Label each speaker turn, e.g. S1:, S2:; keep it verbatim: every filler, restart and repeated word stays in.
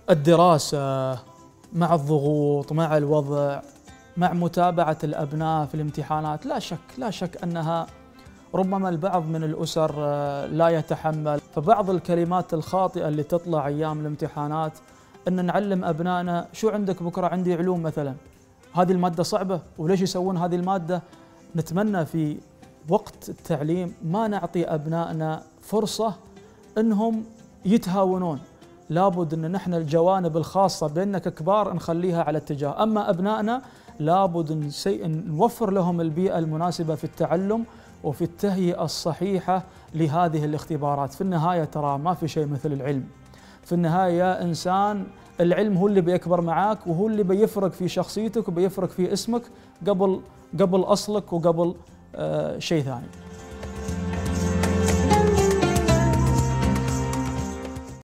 S1: الدراسة مع الضغوط، مع الوضع، مع متابعة الأبناء في الامتحانات، لا شك لا شك أنها ربما البعض من الأسر لا يتحمل، فبعض الكلمات الخاطئة اللي تطلع أيام الامتحانات أن نعلم أبنائنا شو عندك بكرة؟ عندي علوم مثلا، هذه المادة صعبة وليش يسوون هذه المادة؟ نتمنى في وقت التعليم ما نعطي أبنائنا فرصة أنهم يتهاونون، لابد أن نحن الجوانب الخاصة بأنك كبار نخليها على اتجاه، أما أبنائنا لابد نوفر لهم البيئة المناسبة في التعلم وفي التهيئة الصحيحة لهذه الاختبارات. في النهاية ترى ما في شيء مثل العلم، في النهاية يا إنسان العلم هو اللي بيكبر معاك وهو اللي بيفرق في شخصيتك وبيفرق في اسمك قبل قبل أصلك وقبل آه شيء ثاني.